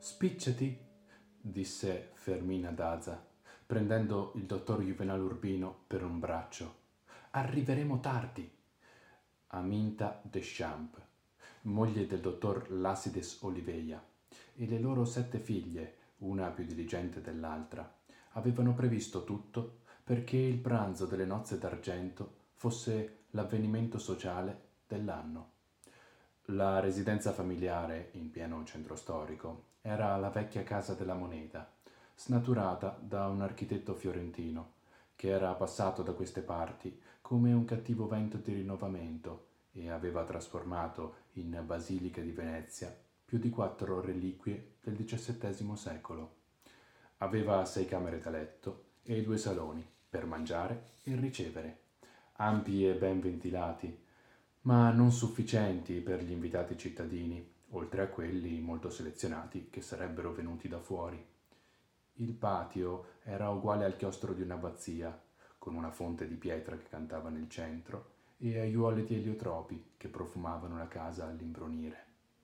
Spicciati, disse Fermina Daza, prendendo il dottor Juvenal Urbino per un braccio. Arriveremo tardi. Aminta Deschamps, moglie del dottor Lasides Oliveia, e le loro 7 figlie, una più diligente dell'altra, avevano previsto tutto perché il pranzo delle nozze d'argento fosse l'avvenimento sociale dell'anno. La residenza familiare, in pieno centro storico, era la vecchia Casa della Moneta, snaturata da un architetto fiorentino, che era passato da queste parti come un cattivo vento di rinnovamento e aveva trasformato in Basilica di Venezia più di 4 reliquie del XVII secolo. Aveva 6 camere da letto e 2 saloni per mangiare e ricevere, ampi e ben ventilati, ma non sufficienti per gli invitati cittadini, oltre a quelli molto selezionati che sarebbero venuti da fuori. Il patio era uguale al chiostro di un'abbazia, con una fonte di pietra che cantava nel centro e aiuole di eliotropi che profumavano la casa all'imbrunire.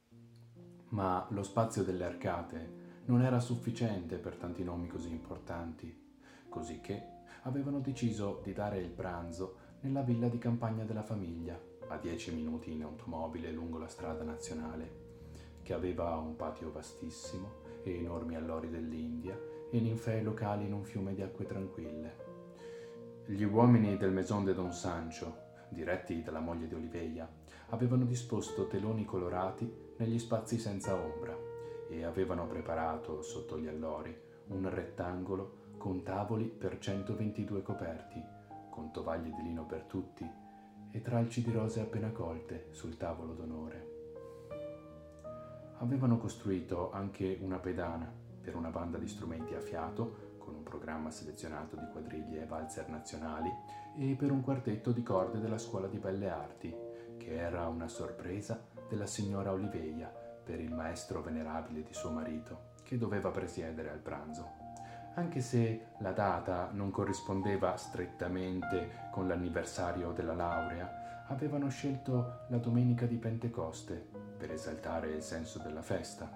Ma lo spazio delle arcate non era sufficiente per tanti nomi così importanti, cosicché avevano deciso di dare il pranzo nella villa di campagna della famiglia, a 10 minuti in automobile lungo la strada nazionale, che aveva un patio vastissimo e enormi allori dell'India e ninfei locali in un fiume di acque tranquille. Gli uomini del Maison de Don Sancho, diretti dalla moglie di Oliveia, avevano disposto teloni colorati negli spazi senza ombra e avevano preparato, sotto gli allori, un rettangolo con tavoli per 122 coperti, con tovaglie di lino per tutti e tralci di rose appena colte sul tavolo d'onore. Avevano costruito anche una pedana per una banda di strumenti a fiato, con un programma selezionato di quadriglie e valzer nazionali, e per un quartetto di corde della Scuola di Belle Arti, che era una sorpresa della signora Oliveia per il maestro venerabile di suo marito, che doveva presiedere al pranzo. Anche se la data non corrispondeva strettamente con l'anniversario della laurea, avevano scelto la domenica di Pentecoste per esaltare il senso della festa.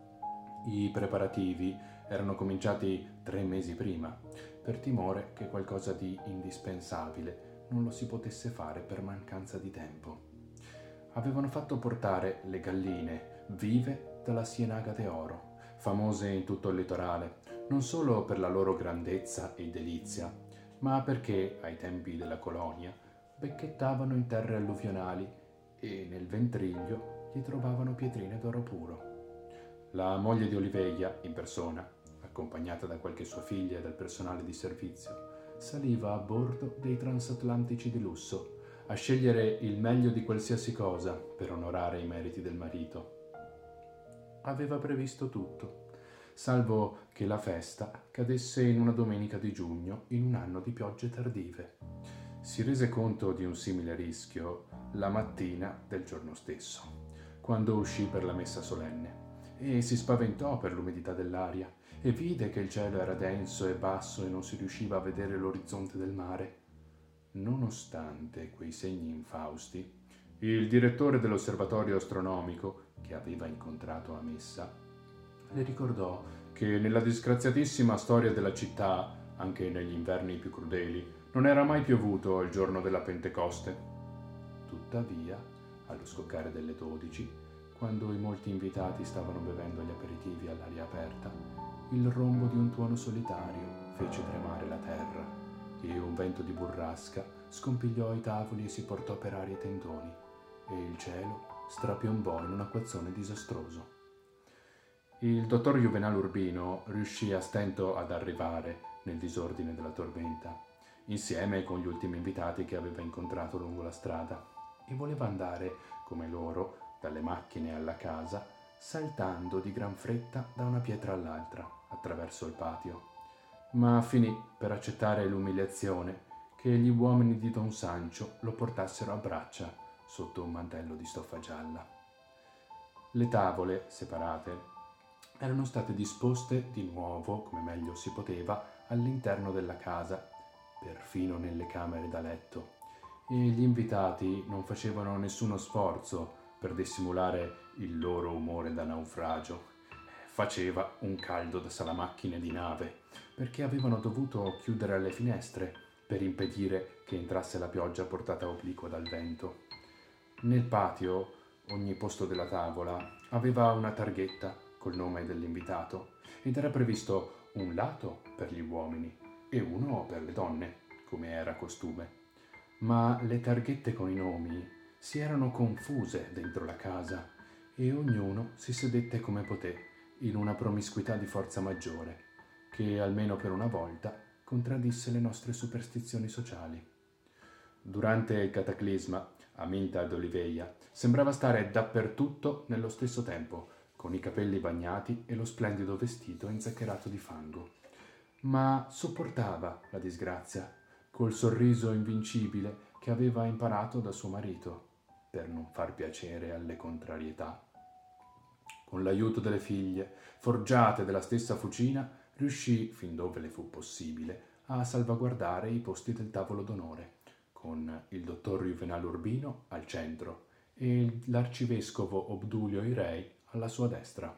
I preparativi erano cominciati 3 mesi prima, per timore che qualcosa di indispensabile non lo si potesse fare per mancanza di tempo. Avevano fatto portare le galline vive dalla Sienaga de Oro, famose in tutto il litorale, non solo per la loro grandezza e delizia, ma perché, ai tempi della colonia, becchettavano in terre alluvionali e nel ventriglio gli trovavano pietrine d'oro puro. La moglie di Oliveia, in persona, accompagnata da qualche sua figlia e dal personale di servizio, saliva a bordo dei transatlantici di lusso, a scegliere il meglio di qualsiasi cosa per onorare i meriti del marito. Aveva previsto tutto, salvo che la festa cadesse in una domenica di giugno in un anno di piogge tardive. Si rese conto di un simile rischio la mattina del giorno stesso, quando uscì per la messa solenne, e si spaventò per l'umidità dell'aria e vide che il cielo era denso e basso e non si riusciva a vedere l'orizzonte del mare. Nonostante quei segni infausti, il direttore dell'osservatorio astronomico, che aveva incontrato a messa, le ricordò che nella disgraziatissima storia della città, anche negli inverni più crudeli, non era mai piovuto il giorno della Pentecoste. Tuttavia, allo scoccare delle 12, quando i molti invitati stavano bevendo gli aperitivi all'aria aperta, il rombo di un tuono solitario fece tremare la terra e un vento di burrasca scompigliò i tavoli e si portò per aria i tendoni, e il cielo strapiombò in un acquazzone disastroso. Il dottor Juvenal Urbino riuscì a stento ad arrivare nel disordine della tormenta, insieme con gli ultimi invitati che aveva incontrato lungo la strada, e voleva andare, come loro, dalle macchine alla casa, saltando di gran fretta da una pietra all'altra, attraverso il patio. Ma finì per accettare l'umiliazione che gli uomini di Don Sancho lo portassero a braccia sotto un mantello di stoffa gialla. Le tavole, separate, erano state disposte di nuovo, come meglio si poteva, all'interno della casa, perfino nelle camere da letto, e gli invitati non facevano nessuno sforzo per dissimulare il loro umore da naufragio, Faceva un caldo da salamacchine di nave, perché avevano dovuto chiudere le finestre per impedire che entrasse la pioggia portata obliqua dal vento. Nel patio, ogni posto della tavola aveva una targhetta col nome dell'invitato ed era previsto un lato per gli uomini e uno per le donne, come era costume. Ma le targhette con i nomi si erano confuse dentro la casa e ognuno si sedette come poté in una promiscuità di forza maggiore, che almeno per una volta contraddisse le nostre superstizioni sociali. Durante il cataclisma, Aminta ad Oliveia sembrava stare dappertutto nello stesso tempo, con i capelli bagnati e lo splendido vestito inzaccherato di fango. Ma sopportava la disgrazia, col sorriso invincibile che aveva imparato da suo marito, per non far piacere alle contrarietà. Con l'aiuto delle figlie, forgiate della stessa fucina, riuscì, fin dove le fu possibile, a salvaguardare i posti del tavolo d'onore, con il dottor Juvenal Urbino al centro e l'arcivescovo Obdulio Irei alla sua destra.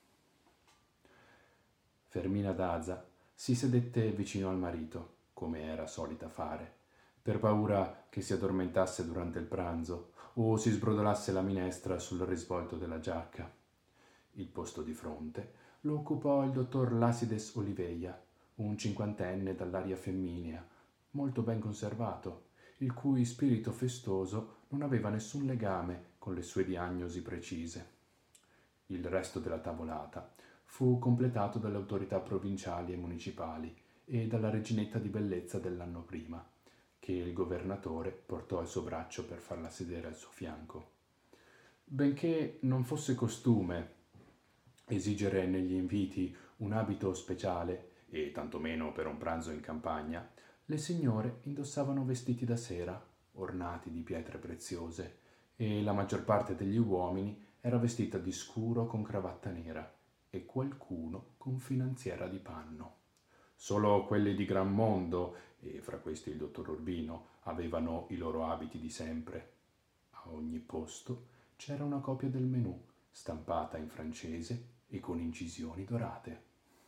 Fermina Daza si sedette vicino al marito, come era solita fare, per paura che si addormentasse durante il pranzo o si sbrodolasse la minestra sul risvolto della giacca. Il posto di fronte lo occupò il dottor Lasides Oliveia, un cinquantenne dall'aria femminea, molto ben conservato, il cui spirito festoso non aveva nessun legame con le sue diagnosi precise. Il resto della tavolata fu completato dalle autorità provinciali e municipali e dalla reginetta di bellezza dell'anno prima, che il governatore portò al suo braccio per farla sedere al suo fianco. Benché non fosse costume esigere negli inviti un abito speciale, e tantomeno per un pranzo in campagna, le signore indossavano vestiti da sera, ornati di pietre preziose, e la maggior parte degli uomini era vestita di scuro con cravatta nera e qualcuno con finanziera di panno. Solo quelli di gran mondo, e fra questi il dottor Urbino, avevano i loro abiti di sempre. A ogni posto c'era una copia del menù, stampata in francese e con incisioni dorate.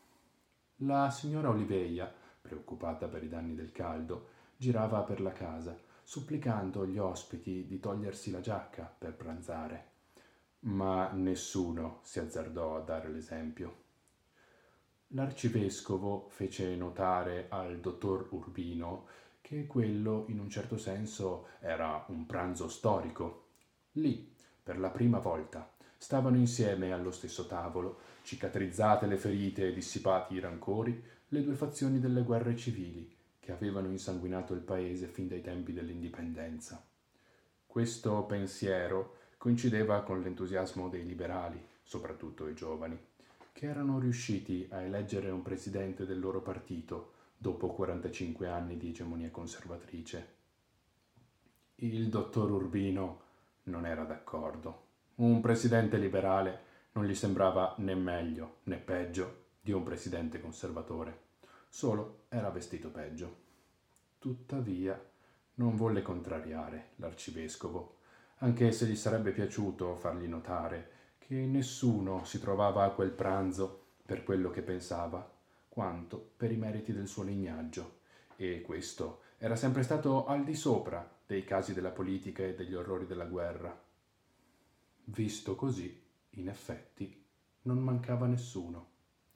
La signora Oliveia, preoccupata per i danni del caldo, girava per la casa, supplicando gli ospiti di togliersi la giacca per pranzare. Ma nessuno si azzardò a dare l'esempio. L'arcivescovo fece notare al dottor Urbino che quello, in un certo senso, era un pranzo storico. Lì, per la prima volta, stavano insieme allo stesso tavolo, cicatrizzate le ferite e dissipati i rancori, le due fazioni delle guerre civili che avevano insanguinato il paese fin dai tempi dell'indipendenza. Questo pensiero coincideva con l'entusiasmo dei liberali, soprattutto i giovani, che erano riusciti a eleggere un presidente del loro partito dopo 45 anni di egemonia conservatrice. Il dottor Urbino non era d'accordo. Un presidente liberale non gli sembrava né meglio né peggio di un presidente conservatore, solo era vestito peggio. Tuttavia non volle contrariare l'arcivescovo, anche se gli sarebbe piaciuto fargli notare che nessuno si trovava a quel pranzo per quello che pensava, quanto per i meriti del suo lignaggio, e questo era sempre stato al di sopra dei casi della politica e degli orrori della guerra. Visto così, in effetti, non mancava nessuno.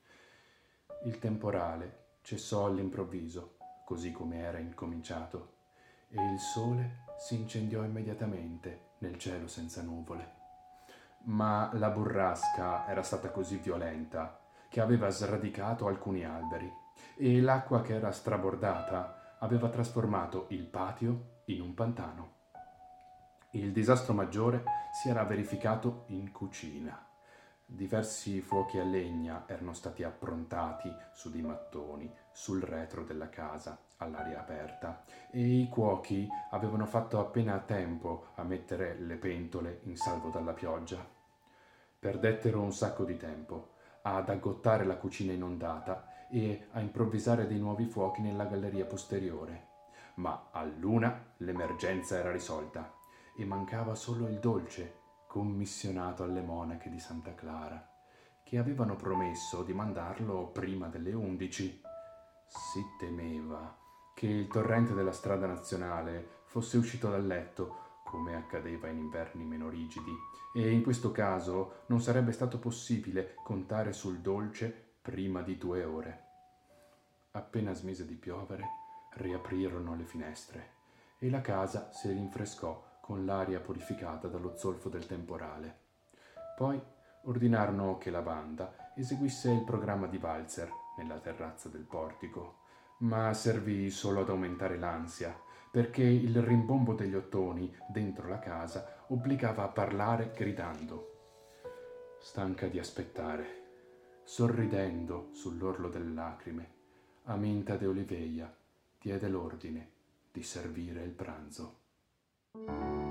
Il temporale cessò all'improvviso, così come era incominciato, e il sole si incendiò immediatamente nel cielo senza nuvole. Ma la burrasca era stata così violenta che aveva sradicato alcuni alberi e l'acqua che era strabordata aveva trasformato il patio in un pantano. Il disastro maggiore si era verificato in cucina. Diversi fuochi a legna erano stati approntati su dei mattoni sul retro della casa all'aria aperta e i cuochi avevano fatto appena a tempo a mettere le pentole in salvo dalla pioggia. Perdettero un sacco di tempo ad aggottare la cucina inondata e a improvvisare dei nuovi fuochi nella galleria posteriore, ma all'una l'emergenza era risolta e mancava solo il dolce commissionato alle monache di Santa Clara, che avevano promesso di mandarlo prima delle 11. Si temeva che il torrente della strada nazionale fosse uscito dal letto, come accadeva in inverni meno rigidi, e in questo caso non sarebbe stato possibile contare sul dolce prima di 2 ore. Appena smise di piovere, riaprirono le finestre e la casa si rinfrescò con l'aria purificata dallo zolfo del temporale. Poi ordinarono che la banda eseguisse il programma di valzer nella terrazza del portico, ma servì solo ad aumentare l'ansia, perché il rimbombo degli ottoni dentro la casa obbligava a parlare gridando. Stanca di aspettare, sorridendo sull'orlo delle lacrime, Aminta de Oliveira diede l'ordine di servire il pranzo.